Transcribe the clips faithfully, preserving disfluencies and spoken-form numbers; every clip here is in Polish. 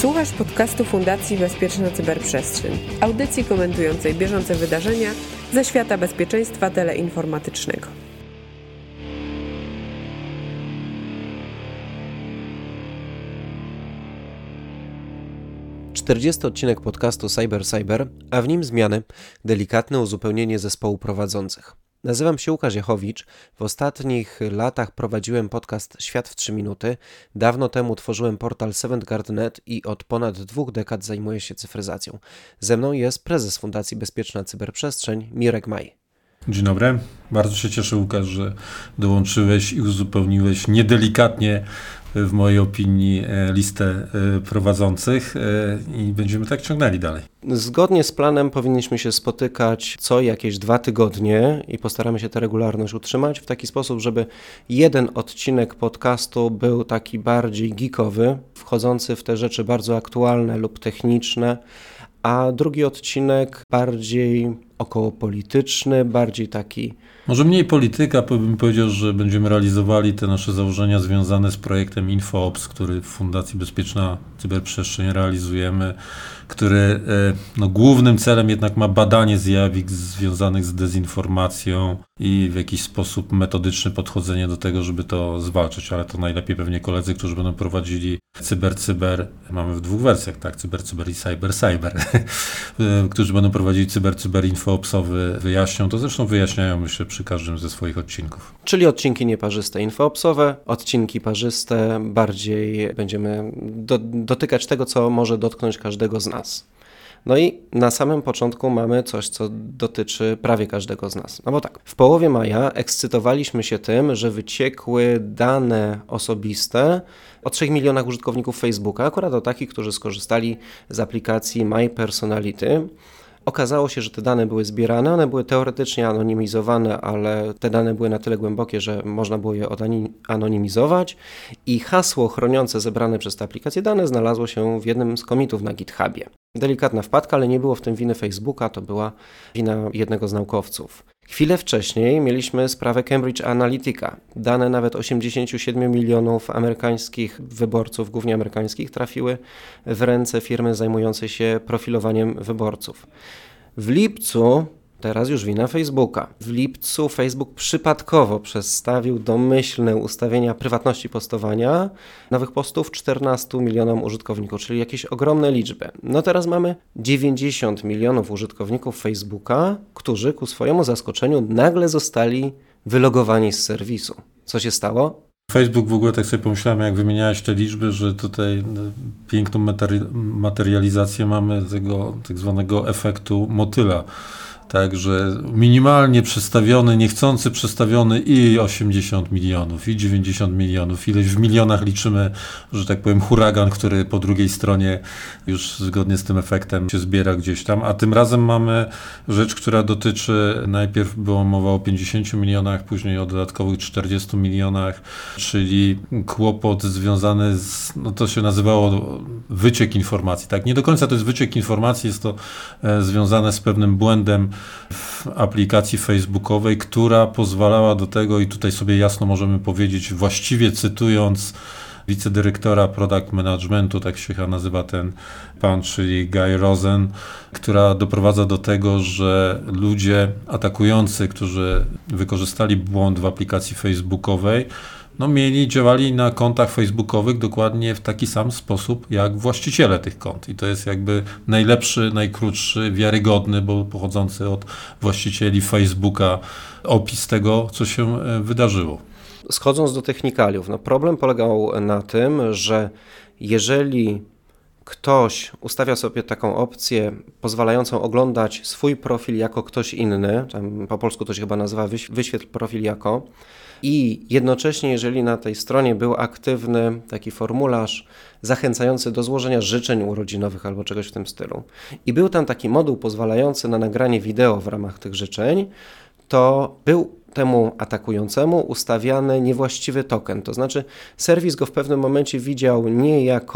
Słuchasz podcastu Fundacji Bezpieczna Cyberprzestrzeń, audycji komentującej bieżące wydarzenia ze świata bezpieczeństwa teleinformatycznego. czterdziesty odcinek podcastu Cyber Cyber, a w nim zmiany, delikatne uzupełnienie zespołu prowadzących. Nazywam się Łukasz Jachowicz. W ostatnich latach prowadziłem podcast Świat w trzy minuty. Dawno temu tworzyłem portal Seventh Guard kropka net i od ponad dwóch dekad zajmuję się cyfryzacją. Ze mną jest prezes Fundacji Bezpieczna Cyberprzestrzeń, Mirek Maj. Dzień dobry. Bardzo się cieszę, Łukasz, że dołączyłeś i uzupełniłeś niedelikatnie, w mojej opinii, listę prowadzących i będziemy tak ciągnęli dalej. Zgodnie z planem powinniśmy się spotykać co jakieś dwa tygodnie i postaramy się tę regularność utrzymać w taki sposób, żeby jeden odcinek podcastu był taki bardziej geekowy, wchodzący w te rzeczy bardzo aktualne lub techniczne, a drugi odcinek bardziej okołopolityczny, bardziej taki... Może mniej polityka, bym powiedział, że będziemy realizowali te nasze założenia związane z projektem InfoOps, który w Fundacji Bezpieczna Cyberprzestrzeń realizujemy, który no, głównym celem jednak ma badanie zjawisk związanych z dezinformacją i w jakiś sposób metodyczne podchodzenie do tego, żeby to zwalczyć, ale to najlepiej pewnie koledzy, którzy będą prowadzili cyber-cyber, mamy w dwóch wersjach, tak, cyber-cyber i cyber-cyber, którzy będą prowadzili cyber-cyber infoopsowy, wyjaśnią, to zresztą wyjaśniają, myślę, przy każdym ze swoich odcinków. Czyli odcinki nieparzyste infoopsowe, odcinki parzyste, bardziej będziemy do, dotykać tego, co może dotknąć każdego z nas. No i na samym początku mamy coś, co dotyczy prawie każdego z nas. No bo tak, w połowie maja ekscytowaliśmy się tym, że wyciekły dane osobiste o trzech milionach użytkowników Facebooka, akurat o takich, którzy skorzystali z aplikacji My Personality. Okazało się, że te dane były zbierane, one były teoretycznie anonimizowane, ale te dane były na tyle głębokie, że można było je anonimizować i hasło chroniące zebrane przez tę aplikację dane znalazło się w jednym z commitów na GitHubie. Delikatna wpadka, ale nie było w tym winy Facebooka, to była wina jednego z naukowców. Chwilę wcześniej mieliśmy sprawę Cambridge Analytica. Dane nawet osiemdziesiąt siedem milionów amerykańskich wyborców, głównie amerykańskich, trafiły w ręce firmy zajmującej się profilowaniem wyborców. W lipcu, teraz już wina Facebooka, w lipcu Facebook przypadkowo przedstawił domyślne ustawienia prywatności postowania nowych postów czternastu milionom użytkowników, czyli jakieś ogromne liczby. No teraz mamy dziewięćdziesiąt milionów użytkowników Facebooka, którzy ku swojemu zaskoczeniu nagle zostali wylogowani z serwisu. Co się stało? Facebook w ogóle, tak sobie pomyślałem, jak wymieniałeś te liczby, że tutaj piękną materi- materializację mamy tego tak zwanego efektu motyla. Także minimalnie przestawiony, niechcący przestawiony i osiemdziesiąt milionów, i dziewięćdziesiąt milionów. Ileś w milionach liczymy, że tak powiem, huragan, który po drugiej stronie już zgodnie z tym efektem się zbiera gdzieś tam. A tym razem mamy rzecz, która dotyczy, najpierw była mowa o pięćdziesięciu milionach, później o dodatkowych czterdziestu milionach, czyli kłopot związany z, no to się nazywało wyciek informacji. Tak, nie do końca to jest wyciek informacji, jest to e, związane z pewnym błędem w aplikacji facebookowej, która pozwalała do tego, i tutaj sobie jasno możemy powiedzieć, właściwie cytując wicedyrektora product managementu, tak się chyba nazywa ten pan, czyli Guy Rosen, która doprowadza do tego, że ludzie atakujący, którzy wykorzystali błąd w aplikacji facebookowej, no mieli, działali na kontach facebookowych dokładnie w taki sam sposób jak właściciele tych kont. I to jest jakby najlepszy, najkrótszy, wiarygodny, bo pochodzący od właścicieli Facebooka opis tego, co się wydarzyło. Schodząc do technikaliów, no problem polegał na tym, że jeżeli ktoś ustawia sobie taką opcję pozwalającą oglądać swój profil jako ktoś inny, tam po polsku to się chyba nazywa wyświetl profil jako, i jednocześnie, jeżeli na tej stronie był aktywny taki formularz zachęcający do złożenia życzeń urodzinowych albo czegoś w tym stylu i był tam taki moduł pozwalający na nagranie wideo w ramach tych życzeń, to był temu atakującemu ustawiany niewłaściwy token. To znaczy serwis go w pewnym momencie widział nie jako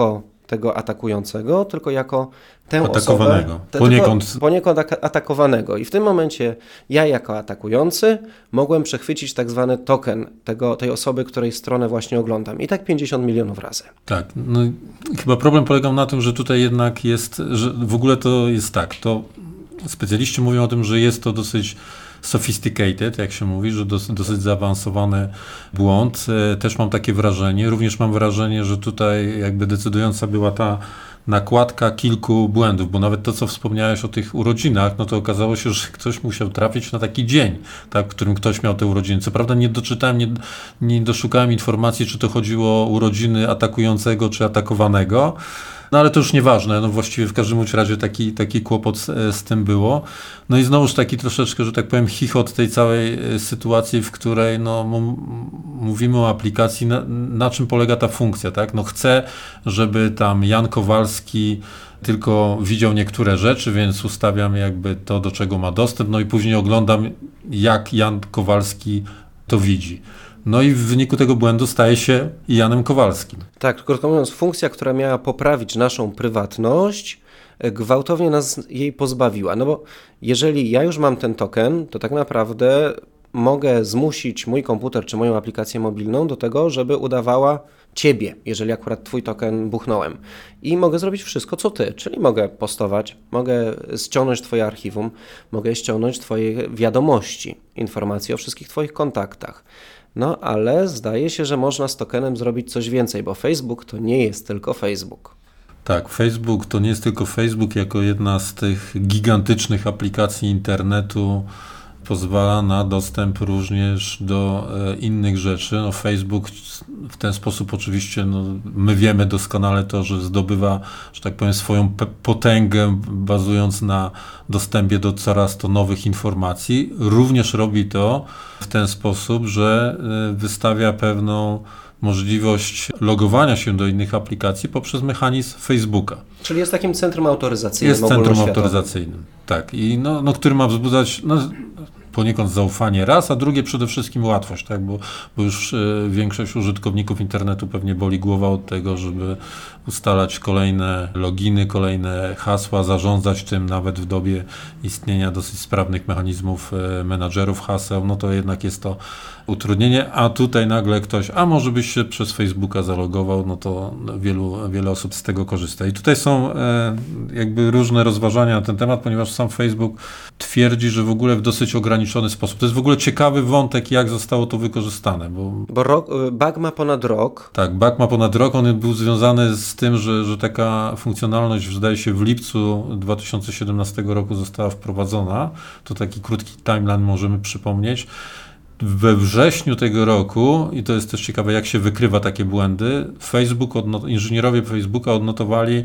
tego atakującego, tylko jako tę atakowanego. osobę, te, poniekąd... tylko poniekąd atakowanego. I w tym momencie ja jako atakujący mogłem przechwycić tak zwany token tego, tej osoby, której stronę właśnie oglądam. I tak pięćdziesiąt milionów razy. Tak. No, chyba problem polegał na tym, że tutaj jednak jest, że w ogóle to jest tak, to specjaliści mówią o tym, że jest to dosyć sophisticated, jak się mówi, że dosyć, dosyć zaawansowany błąd. Też mam takie wrażenie. Również mam wrażenie, że tutaj jakby decydująca była ta nakładka kilku błędów, bo nawet to, co wspomniałeś o tych urodzinach, no to okazało się, że ktoś musiał trafić na taki dzień, tak, w którym ktoś miał te urodziny. Co prawda nie doczytałem, nie, nie doszukałem informacji, czy to chodziło o urodziny atakującego, czy atakowanego, no ale to już nieważne, no właściwie w każdym razie taki, taki kłopot z, z tym było. No i znowuż taki troszeczkę, że tak powiem, chichot tej całej sytuacji, w której no, m- mówimy o aplikacji, na, na czym polega ta funkcja, tak? No chcę, żeby tam Jan Kowalski tylko widział niektóre rzeczy, więc ustawiam jakby to, do czego ma dostęp, no i później oglądam, jak Jan Kowalski to widzi. No i w wyniku tego błędu staje się Janem Kowalskim. Tak, krótko mówiąc, funkcja, która miała poprawić naszą prywatność, gwałtownie nas jej pozbawiła. No bo jeżeli ja już mam ten token, to tak naprawdę mogę zmusić mój komputer czy moją aplikację mobilną do tego, żeby udawała ciebie, jeżeli akurat twój token buchnąłem. I mogę zrobić wszystko, co ty, czyli mogę postować, mogę ściągnąć twoje archiwum, mogę ściągnąć twoje wiadomości, informacje o wszystkich twoich kontaktach. No ale zdaje się, że można z tokenem zrobić coś więcej, bo Facebook to nie jest tylko Facebook. Tak, Facebook to nie jest tylko Facebook, jako jedna z tych gigantycznych aplikacji internetu pozwala na dostęp również do e, innych rzeczy. No, Facebook w ten sposób oczywiście, no, my wiemy doskonale to, że zdobywa, że tak powiem, swoją pe- potęgę bazując na dostępie do coraz to nowych informacji. Również robi to w ten sposób, że e, wystawia pewną możliwość logowania się do innych aplikacji poprzez mechanizm Facebooka. Czyli jest takim centrum autoryzacyjnym. Jest centrum autoryzacyjnym, tak. I no, no, który ma wzbudzać no, poniekąd zaufanie raz, a drugie przede wszystkim łatwość, tak, bo, bo już y, większość użytkowników internetu pewnie boli głowa od tego, żeby ustalać kolejne loginy, kolejne hasła, zarządzać tym nawet w dobie istnienia dosyć sprawnych mechanizmów y, menadżerów haseł, no to jednak jest to utrudnienie, a tutaj nagle ktoś, a może byś się przez Facebooka zalogował, no to wielu, wiele osób z tego korzysta. I tutaj są e, jakby różne rozważania na ten temat, ponieważ sam Facebook twierdzi, że w ogóle w dosyć ograniczony sposób. To jest w ogóle ciekawy wątek, jak zostało to wykorzystane. Bo, bo rok, bug ma ponad rok. Tak, bug ma ponad rok. On był związany z tym, że, że taka funkcjonalność, zdaje się, w lipcu dwa tysiące siedemnastego roku została wprowadzona. To taki krótki timeline możemy przypomnieć. We wrześniu tego roku, i to jest też ciekawe, jak się wykrywa takie błędy, Facebook, odnot- inżynierowie Facebooka odnotowali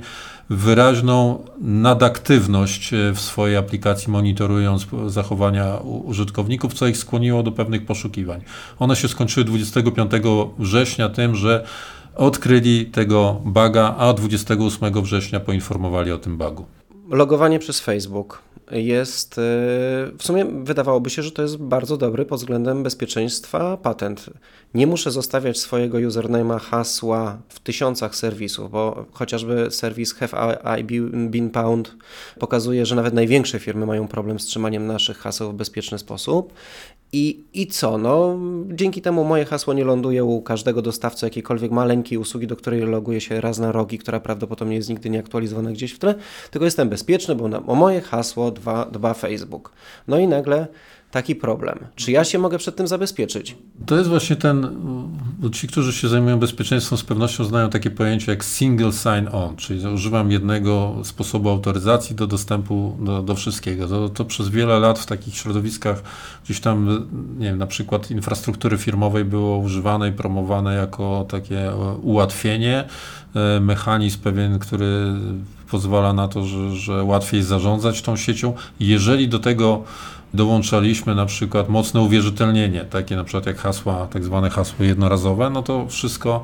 wyraźną nadaktywność w swojej aplikacji, monitorując zachowania użytkowników, co ich skłoniło do pewnych poszukiwań. One się skończyły dwudziestego piątego września tym, że odkryli tego buga, a dwudziestego ósmego września poinformowali o tym bugu. Logowanie przez Facebook jest, w sumie wydawałoby się, że to jest bardzo dobry pod względem bezpieczeństwa patent. Nie muszę zostawiać swojego username'a, hasła w tysiącach serwisów, bo chociażby serwis Have I Been Pwned pokazuje, że nawet największe firmy mają problem z trzymaniem naszych haseł w bezpieczny sposób. I, I co? No, dzięki temu moje hasło nie ląduje u każdego dostawcy jakiejkolwiek maleńkiej usługi, do której loguje się raz na rok i która prawdopodobnie jest nigdy nie aktualizowana gdzieś w tle, tylko jestem bezpieczny, bo na, o moje hasło dba, dba Facebook. No i nagle taki problem. Czy ja się mogę przed tym zabezpieczyć? To jest właśnie ten, bo ci, którzy się zajmują bezpieczeństwem, z pewnością znają takie pojęcie jak single sign-on, czyli używam jednego sposobu autoryzacji do dostępu do, do wszystkiego. To, to przez wiele lat w takich środowiskach gdzieś tam, nie wiem, na przykład infrastruktury firmowej było używane i promowane jako takie ułatwienie, mechanizm pewien, który pozwala na to, że, że łatwiej zarządzać tą siecią. Jeżeli do tego dołączaliśmy na przykład mocne uwierzytelnienie, takie na przykład jak hasła, tak zwane hasło jednorazowe, no to wszystko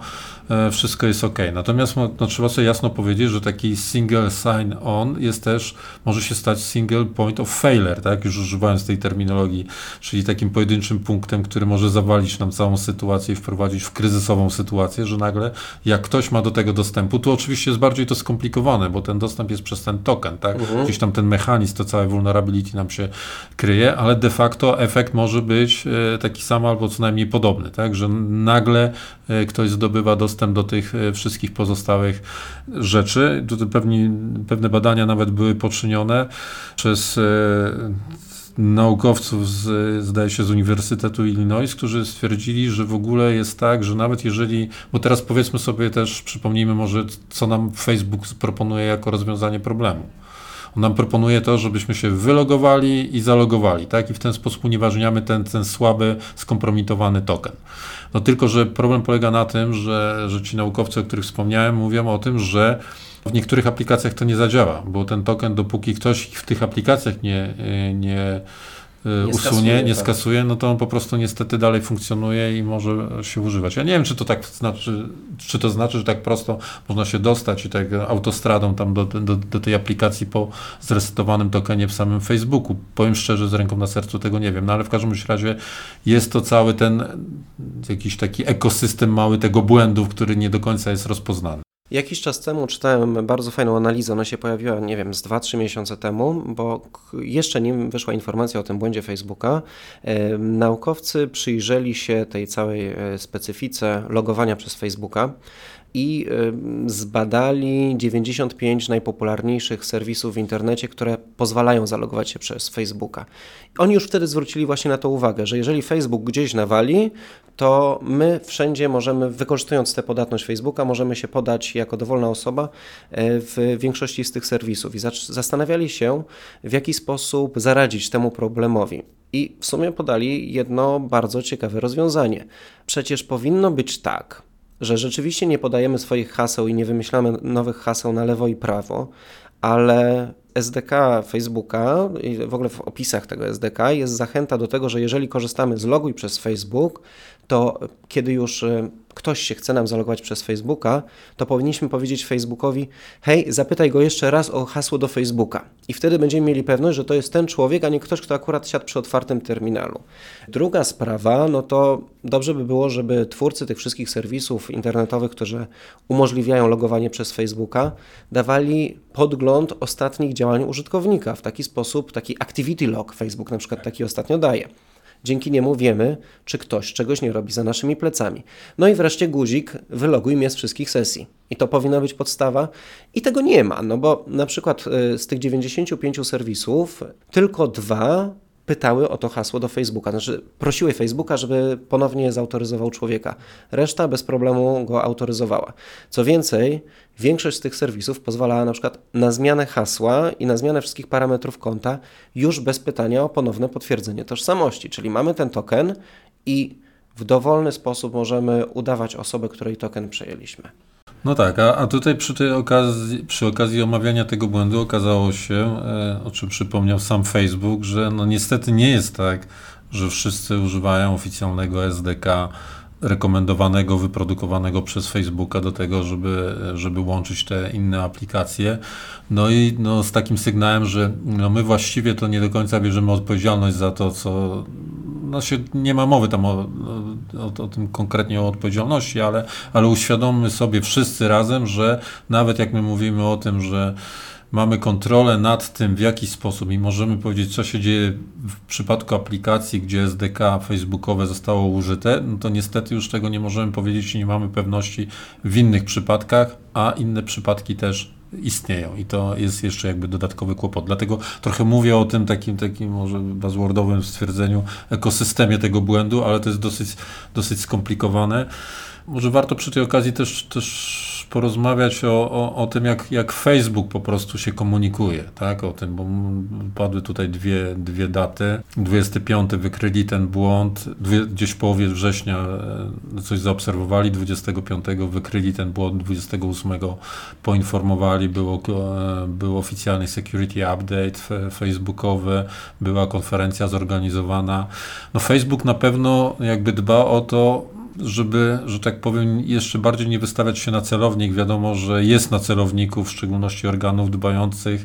wszystko jest ok. Natomiast no, trzeba sobie jasno powiedzieć, że taki single sign-on jest też, może się stać single point of failure, tak, już używając tej terminologii, czyli takim pojedynczym punktem, który może zawalić nam całą sytuację i wprowadzić w kryzysową sytuację, że nagle jak ktoś ma do tego dostępu, tu oczywiście jest bardziej to skomplikowane, bo ten dostęp jest przez ten token, tak, mhm. gdzieś tam ten mechanizm, to całe vulnerability nam się kryje, ale de facto efekt może być taki sam albo co najmniej podobny, tak, że nagle ktoś zdobywa dostęp do tych wszystkich pozostałych rzeczy. Tutaj pewnie, pewne badania nawet były poczynione przez e, naukowców z, zdaje się, z Uniwersytetu Illinois, którzy stwierdzili, że w ogóle jest tak, że nawet jeżeli, bo teraz powiedzmy sobie też, przypomnijmy może, co nam Facebook proponuje jako rozwiązanie problemu. On nam proponuje to, żebyśmy się wylogowali i zalogowali, tak? I w ten sposób unieważniamy ten, ten słaby, skompromitowany token. No tylko, że problem polega na tym, że, że ci naukowcy, o których wspomniałem, mówią o tym, że w niektórych aplikacjach to nie zadziała, bo ten token, dopóki ktoś w tych aplikacjach nie, nie Nie usunie, skasuje, nie skasuje, no to on po prostu niestety dalej funkcjonuje i może się używać. Ja nie wiem, czy to tak znaczy, czy to znaczy, że tak prosto można się dostać i tak autostradą tam do, do, do tej aplikacji po zresetowanym tokenie w samym Facebooku. Powiem szczerze, z ręką na sercu tego nie wiem, no ale w każdym razie jest to cały ten jakiś taki ekosystem mały tego błędu, który nie do końca jest rozpoznany. Jakiś czas temu czytałem bardzo fajną analizę, ona się pojawiła, nie wiem, z dwa trzy miesiące temu, bo jeszcze nim wyszła informacja o tym błędzie Facebooka, e, naukowcy przyjrzeli się tej całej specyfice logowania przez Facebooka i e, zbadali dziewięćdziesiąt pięć najpopularniejszych serwisów w internecie, które pozwalają zalogować się przez Facebooka. Oni już wtedy zwrócili właśnie na to uwagę, że jeżeli Facebook gdzieś nawali, to my wszędzie możemy, wykorzystując tę podatność Facebooka, możemy się podać jako dowolna osoba w większości z tych serwisów i zastanawiali się, w jaki sposób zaradzić temu problemowi. I w sumie podali jedno bardzo ciekawe rozwiązanie. Przecież powinno być tak, że rzeczywiście nie podajemy swoich haseł i nie wymyślamy nowych haseł na lewo i prawo, ale S D K Facebooka i w ogóle w opisach tego S D K jest zachęta do tego, że jeżeli korzystamy z loguj przez Facebook, to kiedy już ktoś się chce nam zalogować przez Facebooka, to powinniśmy powiedzieć Facebookowi: hej, zapytaj go jeszcze raz o hasło do Facebooka. I wtedy będziemy mieli pewność, że to jest ten człowiek, a nie ktoś, kto akurat siadł przy otwartym terminalu. Druga sprawa, no to dobrze by było, żeby twórcy tych wszystkich serwisów internetowych, którzy umożliwiają logowanie przez Facebooka, dawali podgląd ostatnich działań użytkownika. W taki sposób, taki activity log Facebook na przykład taki ostatnio daje. Dzięki niemu wiemy, czy ktoś czegoś nie robi za naszymi plecami. No i wreszcie guzik, wyloguj mnie z wszystkich sesji. I to powinna być podstawa. I tego nie ma, no bo na przykład z tych dziewięćdziesięciu pięciu serwisów tylko dwa pytały o to hasło do Facebooka. Znaczy prosiły Facebooka, żeby ponownie zautoryzował człowieka. Reszta bez problemu go autoryzowała. Co więcej, większość z tych serwisów pozwalała na przykład na zmianę hasła i na zmianę wszystkich parametrów konta już bez pytania o ponowne potwierdzenie tożsamości. Czyli mamy ten token i w dowolny sposób możemy udawać osobę, której token przejęliśmy. No tak, a, a tutaj przy tej okazji, przy okazji omawiania tego błędu okazało się, e, o czym przypomniał sam Facebook, że no niestety nie jest tak, że wszyscy używają oficjalnego S D K rekomendowanego, wyprodukowanego przez Facebooka do tego, żeby, żeby łączyć te inne aplikacje. No i no, z takim sygnałem, że no, my właściwie to nie do końca bierzemy odpowiedzialność za to, co no się nie ma mowy tam o, o, o tym konkretnie o odpowiedzialności, ale, ale uświadommy sobie wszyscy razem, że nawet jak my mówimy o tym, że mamy kontrolę nad tym, w jaki sposób i możemy powiedzieć, co się dzieje w przypadku aplikacji, gdzie S D K facebookowe zostało użyte, no to niestety już tego nie możemy powiedzieć i nie mamy pewności w innych przypadkach, a inne przypadki też istnieją i to jest jeszcze jakby dodatkowy kłopot. Dlatego trochę mówię o tym takim, takim może buzzwordowym stwierdzeniu, ekosystemie tego błędu, ale to jest dosyć, dosyć skomplikowane. Może warto przy tej okazji też, też porozmawiać o, o, o tym, jak, jak Facebook po prostu się komunikuje, tak? O tym, bo padły tutaj dwie, dwie daty. dwudziestego piątego wykryli ten błąd, dwie, gdzieś w połowie września coś zaobserwowali, dwudziestego piątego wykryli ten błąd, dwudziestego ósmego poinformowali, było, był oficjalny security update facebookowy, była konferencja zorganizowana. No Facebook na pewno jakby dba o to, żeby, że tak powiem, jeszcze bardziej nie wystawiać się na celownik. Wiadomo, że jest na celowniku, w szczególności organów dbających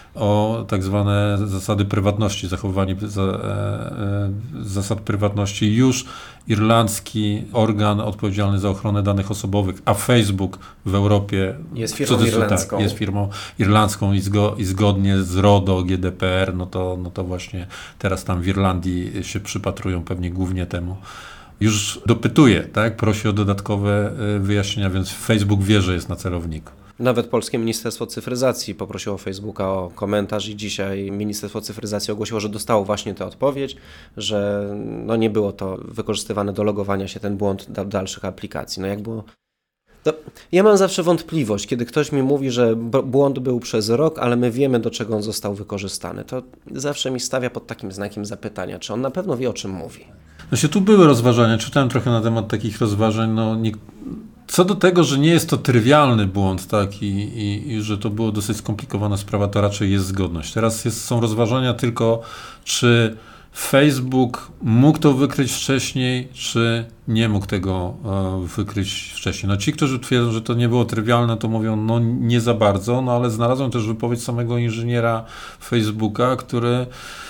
o tak zwane zasady prywatności, zachowywanie za, e, e, zasad prywatności. Już irlandzki organ odpowiedzialny za ochronę danych osobowych, a Facebook w Europie jest firmą irlandzką. Tak, jest firmą irlandzką i, zgo, i zgodnie z RODO, G D P R, no to, no to właśnie teraz tam w Irlandii się przypatrują pewnie głównie temu. Już dopytuje, tak? Prosi o dodatkowe wyjaśnienia, więc Facebook wie, że jest na celowniku. Nawet Polskie Ministerstwo Cyfryzacji poprosiło Facebooka o komentarz i dzisiaj Ministerstwo Cyfryzacji ogłosiło, że dostało właśnie tę odpowiedź, że no nie było to wykorzystywane do logowania się ten błąd do dalszych aplikacji. No jak było... To ja mam zawsze wątpliwość, kiedy ktoś mi mówi, że błąd był przez rok, ale my wiemy, do czego on został wykorzystany. To zawsze mi stawia pod takim znakiem zapytania, czy on na pewno wie, o czym mówi. Znaczy, tu były rozważania, czytałem trochę na temat takich rozważań, no nie... Co do tego, że nie jest to trywialny błąd, tak, i, i, i że to było dosyć skomplikowana sprawa, to raczej jest zgodność. Teraz jest, są rozważania tylko, czy Facebook mógł to wykryć wcześniej, czy nie mógł tego e, wykryć wcześniej. No ci, którzy twierdzą, że to nie było trywialne, to mówią, no nie za bardzo, no ale znalazłem też wypowiedź samego inżyniera Facebooka, który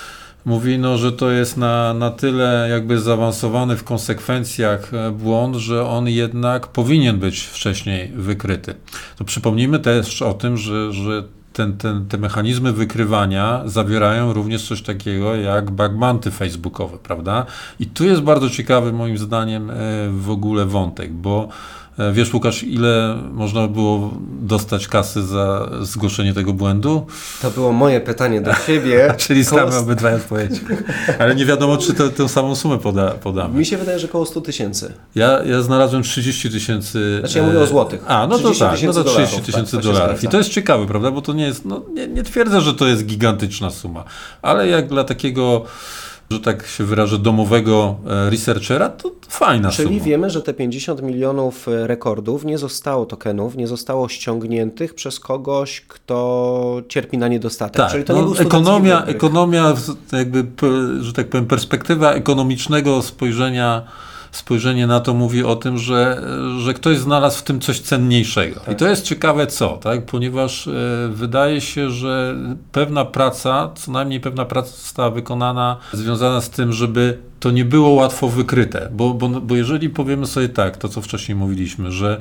mówi, no, że to jest na, na tyle jakby zaawansowany w konsekwencjach błąd, że on jednak powinien być wcześniej wykryty. To przypomnijmy też o tym, że, że ten, ten, te mechanizmy wykrywania zawierają również coś takiego jak bug-bounty facebookowe, prawda? I tu jest bardzo ciekawy moim zdaniem w ogóle wątek, bo wiesz, Łukasz, ile można było dostać kasy za zgłoszenie tego błędu? To było moje pytanie do ciebie. Czyli znamy obydwaj odpowiedzi. Ale nie wiadomo, czy to, tę samą sumę poda, podamy. Mi się wydaje, że około sto tysięcy. Ja, ja znalazłem trzydzieści tysięcy. Znaczy ja mówię o złotych. A, no to tak, no to trzydzieści tysięcy tak, dolarów. I to jest ciekawe, prawda? Bo to nie jest, no nie, nie twierdzę, że to jest gigantyczna suma. Ale jak dla takiego, że tak się wyrażę, domowego researchera, to fajna Czyli suma. wiemy, że te pięćdziesiąt milionów rekordów nie zostało tokenów, nie zostało ściągniętych przez kogoś, kto cierpi na niedostatek. Tak, Czyli to no, nie był ekonomia, ekonomia, jakby, że tak powiem, perspektywa ekonomicznego spojrzenia spojrzenie na to mówi o tym, że, że ktoś znalazł w tym coś cenniejszego. Tak. I to jest ciekawe co, tak? Ponieważ e, wydaje się, że pewna praca, co najmniej pewna praca została wykonana związana z tym, żeby to nie było łatwo wykryte. Bo, bo, bo jeżeli powiemy sobie tak, to co wcześniej mówiliśmy, że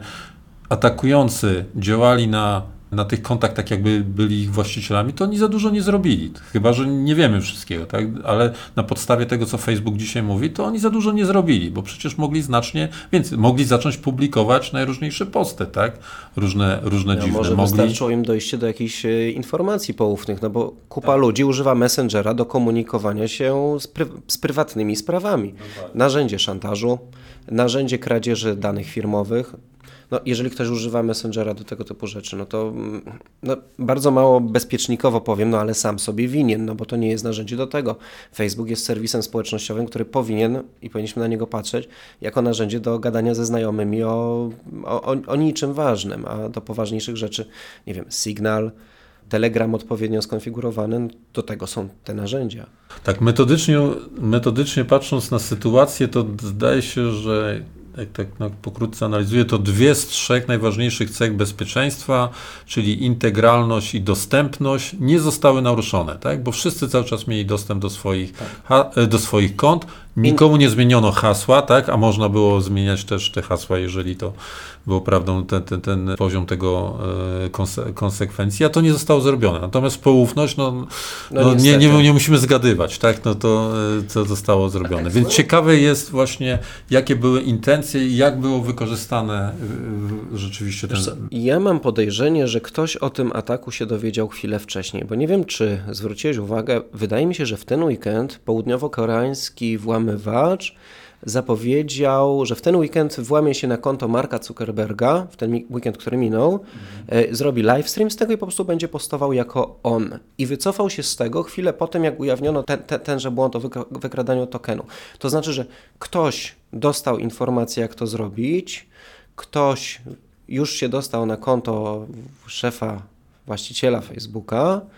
atakujący działali na na tych kontach, tak jakby byli ich właścicielami, to oni za dużo nie zrobili. Chyba że nie wiemy wszystkiego, tak? Ale na podstawie tego, co Facebook dzisiaj mówi, to oni za dużo nie zrobili, bo przecież mogli znacznie więcej. Mogli zacząć publikować najróżniejsze posty, tak? Różne, różne no, dziwne. Może mogli... wystarczyło im dojście do jakichś informacji poufnych, no bo kupa tak. ludzi używa Messengera do komunikowania się z, pry- z prywatnymi sprawami. No tak. Narzędzie szantażu, narzędzie kradzieży danych firmowych. No, jeżeli ktoś używa Messengera do tego typu rzeczy, no to no, bardzo mało bezpiecznikowo powiem, no ale sam sobie winien, no bo to nie jest narzędzie do tego. Facebook jest serwisem społecznościowym, który powinien i powinniśmy na niego patrzeć jako narzędzie do gadania ze znajomymi o, o, o niczym ważnym, a do poważniejszych rzeczy, nie wiem, Signal, Telegram odpowiednio skonfigurowany, do tego są te narzędzia. Tak, metodycznie, metodycznie patrząc na sytuację, to zdaje się, że jak tak no, pokrótce analizuję, to dwie z trzech najważniejszych cech bezpieczeństwa, czyli integralność i dostępność, nie zostały naruszone, tak? Bo wszyscy cały czas mieli dostęp do swoich, tak. ha, do swoich kont. Nikomu nie zmieniono hasła, tak? A można było zmieniać też te hasła, jeżeli to było prawdą, ten, ten, ten poziom tego e, konse, konsekwencji, a to nie zostało zrobione. Natomiast poufność, no, no, no nie, nie, nie musimy zgadywać, tak? No to, to zostało zrobione. Więc ciekawe jest właśnie, jakie były intencje i jak było wykorzystane rzeczywiście ten... Co, ja mam podejrzenie, że ktoś o tym ataku się dowiedział chwilę wcześniej, bo nie wiem, czy zwróciłeś uwagę, wydaje mi się, że w ten weekend południowo-koreański włamywacz zapowiedział, że w ten weekend włamie się na konto Marka Zuckerberga, w ten weekend, który minął, mhm. e, zrobi livestream z tego i po prostu będzie postował jako on. I wycofał się z tego chwilę po tym, jak ujawniono ten, ten, tenże błąd o wykra- wykradaniu tokenu. To znaczy, że ktoś dostał informację, jak to zrobić, ktoś już się dostał na konto szefa, właściciela Facebooka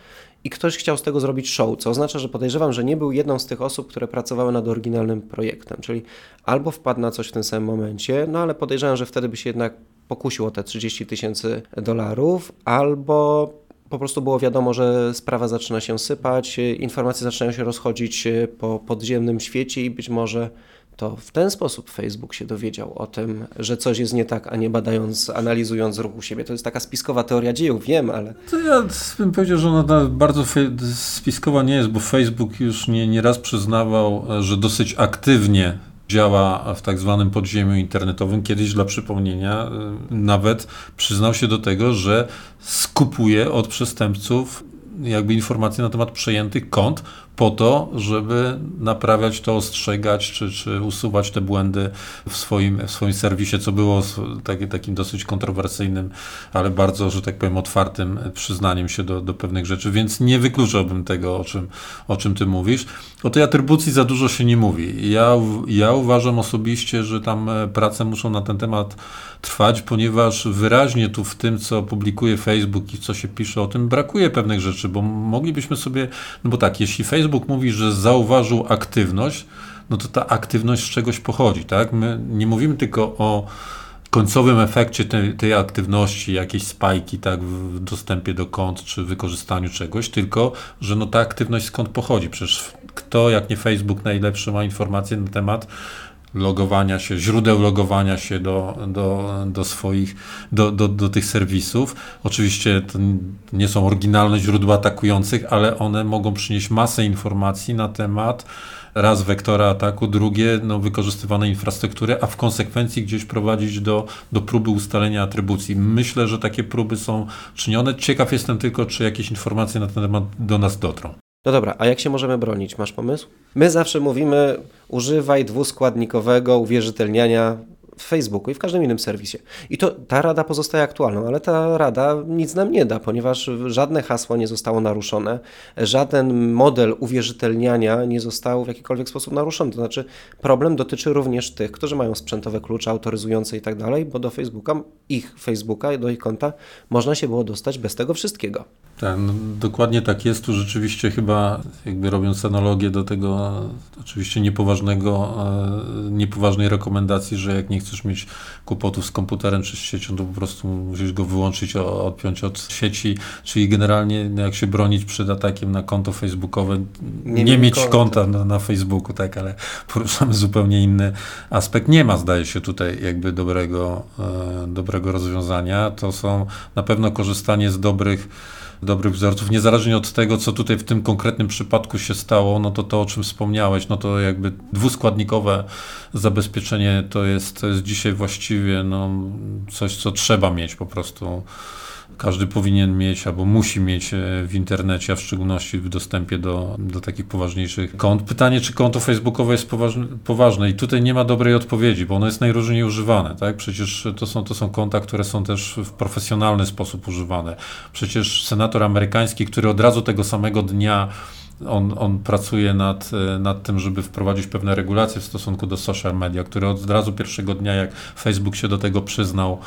i ktoś chciał z tego zrobić show, co oznacza, że podejrzewam, że nie był jedną z tych osób, które pracowały nad oryginalnym projektem, czyli albo wpadł na coś w tym samym momencie, no ale podejrzewam, że wtedy by się jednak pokusił o te trzydzieści tysięcy dolarów, albo po prostu było wiadomo, że sprawa zaczyna się sypać, informacje zaczynają się rozchodzić po podziemnym świecie i być może to w ten sposób Facebook się dowiedział o tym, że coś jest nie tak, a nie badając, analizując ruch u siebie. To jest taka spiskowa teoria dziejów, wiem, ale... To ja bym powiedział, że ona bardzo spiskowa nie jest, bo Facebook już nie, nie raz przyznawał, że dosyć aktywnie działa w tak zwanym podziemiu internetowym. Kiedyś, dla przypomnienia, nawet przyznał się do tego, że skupuje od przestępców jakby informacje na temat przejętych kont po to, żeby naprawiać to, ostrzegać, czy, czy usuwać te błędy w swoim, w swoim serwisie, co było taki, takim dosyć kontrowersyjnym, ale bardzo, że tak powiem, otwartym przyznaniem się do, do pewnych rzeczy, więc nie wykluczałbym tego, o czym, o czym ty mówisz. O tej atrybucji za dużo się nie mówi. Ja, ja uważam osobiście, że tam prace muszą na ten temat trwać, ponieważ wyraźnie tu w tym, co publikuje Facebook i co się pisze o tym, brakuje pewnych rzeczy, bo moglibyśmy sobie, no bo tak, jeśli Facebook mówi, że zauważył aktywność, no to ta aktywność z czegoś pochodzi, tak? My nie mówimy tylko o końcowym efekcie tej, tej aktywności, jakiejś spajki, tak, w dostępie do kont, czy wykorzystaniu czegoś, tylko, że no ta aktywność skąd pochodzi. Przecież kto, jak nie Facebook, najlepsze ma informacje na temat logowania się, źródeł logowania się do, do, do swoich, do, do, do tych serwisów. Oczywiście to nie są oryginalne źródła atakujących, ale one mogą przynieść masę informacji na temat raz wektora ataku, drugie no, wykorzystywanej infrastruktury, a w konsekwencji gdzieś prowadzić do, do próby ustalenia atrybucji. Myślę, że takie próby są czynione. Ciekaw jestem tylko, czy jakieś informacje na ten temat do nas dotrą. No dobra, a jak się możemy bronić? Masz pomysł? My zawsze mówimy, używaj dwuskładnikowego uwierzytelniania w Facebooku i w każdym innym serwisie. I to ta rada pozostaje aktualną, ale ta rada nic nam nie da, ponieważ żadne hasło nie zostało naruszone, żaden model uwierzytelniania nie został w jakikolwiek sposób naruszony. To znaczy problem dotyczy również tych, którzy mają sprzętowe klucze autoryzujące i tak dalej, bo do Facebooka, ich Facebooka, do ich konta można się było dostać bez tego wszystkiego. Tak, no, dokładnie tak jest. Tu rzeczywiście chyba, jakby robiąc analogię do tego oczywiście niepoważnego, e, niepoważnej rekomendacji, że jak nie chcesz mieć kłopotów z komputerem czy z siecią, to po prostu musisz go wyłączyć, o, odpiąć od sieci, czyli generalnie jak się bronić przed atakiem na konto facebookowe, nie, nie mieć konta, konta na, na Facebooku, tak, ale poruszamy zupełnie inny aspekt. Nie ma, zdaje się, tutaj jakby dobrego, e, dobrego rozwiązania. To są na pewno korzystanie z dobrych dobrych wzorców, niezależnie od tego, co tutaj w tym konkretnym przypadku się stało, no to to, o czym wspomniałeś, no to jakby dwuskładnikowe zabezpieczenie to jest, to jest dzisiaj właściwie no, coś, co trzeba mieć po prostu. Każdy powinien mieć albo musi mieć w internecie, a w szczególności w dostępie do, do takich poważniejszych kont. Pytanie, czy konto facebookowe jest poważne, poważne i tutaj nie ma dobrej odpowiedzi, bo ono jest najróżniej używane, tak? Przecież to są, to są konta, które są też w profesjonalny sposób używane. Przecież senator amerykański, który od razu tego samego dnia On, on pracuje nad, nad tym, żeby wprowadzić pewne regulacje w stosunku do social media, który od razu pierwszego dnia, jak Facebook się do tego przyznał,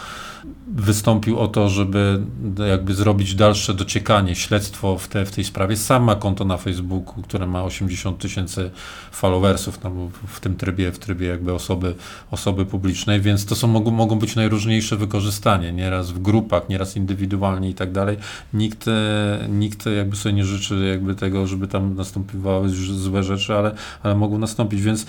wystąpił o to, żeby jakby zrobić dalsze dociekanie, śledztwo w, te, w tej sprawie. Sam ma konto na Facebooku, które ma osiemdziesiąt tysięcy followersów no, w tym trybie, w trybie jakby osoby, osoby publicznej, więc to są, mogą, mogą być najróżniejsze wykorzystanie, nieraz w grupach, nieraz indywidualnie i tak dalej. Nikt, nikt jakby sobie nie życzy jakby tego, żeby tam następowały złe rzeczy, ale, ale mogą nastąpić, więc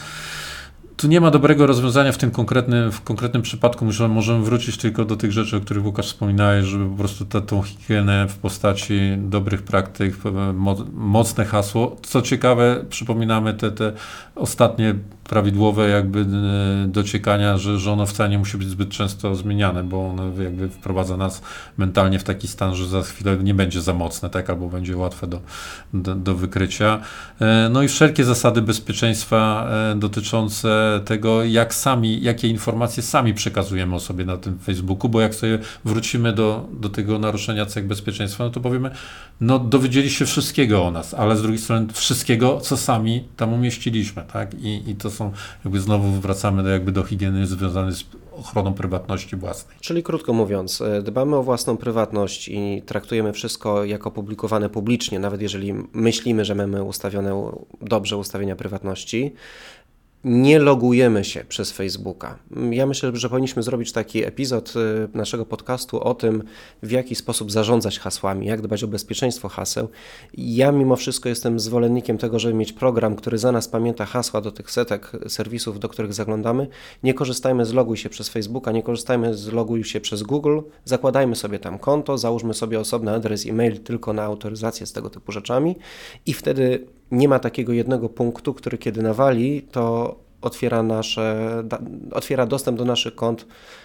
tu nie ma dobrego rozwiązania w tym konkretnym, w konkretnym przypadku. Myślę, że możemy wrócić tylko do tych rzeczy, o których Łukasz wspominałeś, żeby po prostu tę tą higienę w postaci dobrych praktyk, mocne hasło. Co ciekawe, przypominamy te, te ostatnie prawidłowe jakby dociekania, że, że ono wcale nie musi być zbyt często zmieniane, bo ono jakby wprowadza nas mentalnie w taki stan, że za chwilę nie będzie za mocne, tak, albo będzie łatwe do, do, do wykrycia. No i wszelkie zasady bezpieczeństwa dotyczące tego, jak sami, jakie informacje sami przekazujemy o sobie na tym Facebooku, bo jak sobie wrócimy do, do tego naruszenia cech bezpieczeństwa, no to powiemy, no dowiedzieli się wszystkiego o nas, ale z drugiej strony wszystkiego, co sami tam umieściliśmy, tak, i, i to są, jakby znowu wracamy do, jakby do higieny związanej z ochroną prywatności własnej. Czyli krótko mówiąc, dbamy o własną prywatność i traktujemy wszystko jako publikowane publicznie, nawet jeżeli myślimy, że mamy ustawione dobrze ustawienia prywatności. Nie logujemy się przez Facebooka. Ja myślę, że powinniśmy zrobić taki epizod naszego podcastu o tym, w jaki sposób zarządzać hasłami, jak dbać o bezpieczeństwo haseł. Ja mimo wszystko jestem zwolennikiem tego, żeby mieć program, który za nas pamięta hasła do tych setek serwisów, do których zaglądamy. Nie korzystajmy z loguj się przez Facebooka, nie korzystajmy z loguj się przez Google. Zakładajmy sobie tam konto, załóżmy sobie osobny adres e-mail tylko na autoryzację z tego typu rzeczami i wtedy nie ma takiego jednego punktu, który kiedy nawali, to otwiera, nasze, da, otwiera dostęp do naszych kont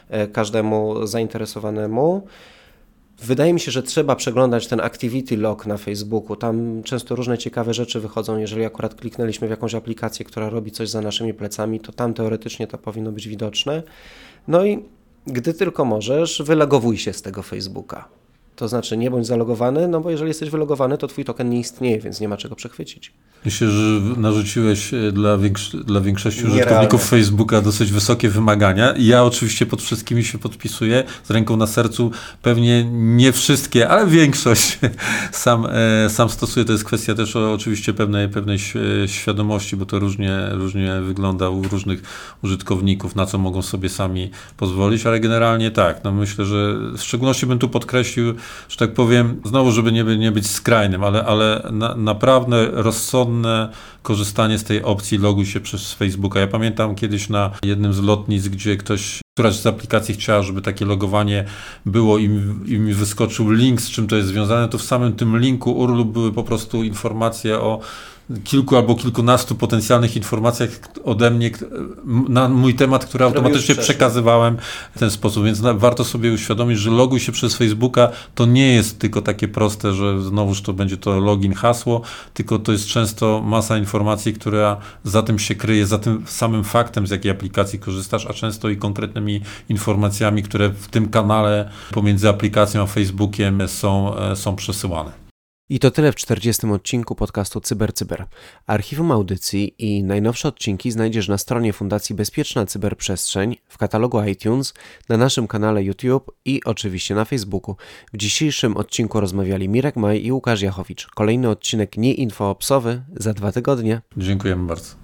każdemu zainteresowanemu. Wydaje mi się, że trzeba przeglądać ten activity log na Facebooku. Tam często różne ciekawe rzeczy wychodzą. Jeżeli akurat kliknęliśmy w jakąś aplikację, która robi coś za naszymi plecami, to tam teoretycznie to powinno być widoczne. No i gdy tylko możesz, wylogowuj się z tego Facebooka. To znaczy nie bądź zalogowany, no bo jeżeli jesteś wylogowany, to twój token nie istnieje, więc nie ma czego przechwycić. Myślę, że narzuciłeś dla, większy, dla większości Nierealne. użytkowników Facebooka dosyć wysokie wymagania. Ja oczywiście pod wszystkimi się podpisuję, z ręką na sercu. Pewnie nie wszystkie, ale większość sam, sam stosuję. To jest kwestia też oczywiście pewnej, pewnej świadomości, bo to różnie, różnie wygląda u różnych użytkowników, na co mogą sobie sami pozwolić, ale generalnie tak. No myślę, że w szczególności bym tu podkreślił, że tak powiem, znowu, żeby nie, by, nie być skrajnym, ale, ale na, naprawdę rozsądne korzystanie z tej opcji loguj się przez Facebooka. Ja pamiętam kiedyś na jednym z lotnisk, gdzie ktoś, któraś z aplikacji chciała, żeby takie logowanie było i, i mi wyskoczył link, z czym to jest związane, to w samym tym linku U R L-u były po prostu informacje o kilku albo kilkunastu potencjalnych informacjach ode mnie na mój temat, które automatycznie przekazywałem w ten sposób, więc warto sobie uświadomić, że loguj się przez Facebooka to nie jest tylko takie proste, że znowuż to będzie to login, hasło, tylko to jest często masa informacji, która za tym się kryje, za tym samym faktem, z jakiej aplikacji korzystasz, a często i konkretnymi informacjami, które w tym kanale pomiędzy aplikacją a Facebookiem są, są przesyłane. I to tyle w czterdziestym odcinku podcastu CyberCyber. Archiwum audycji i najnowsze odcinki znajdziesz na stronie Fundacji Bezpieczna Cyberprzestrzeń, w katalogu iTunes, na naszym kanale YouTube i oczywiście na Facebooku. W dzisiejszym odcinku rozmawiali Mirek Maj i Łukasz Jachowicz. Kolejny odcinek nieinfoopsowy za dwa tygodnie. Dziękujemy bardzo.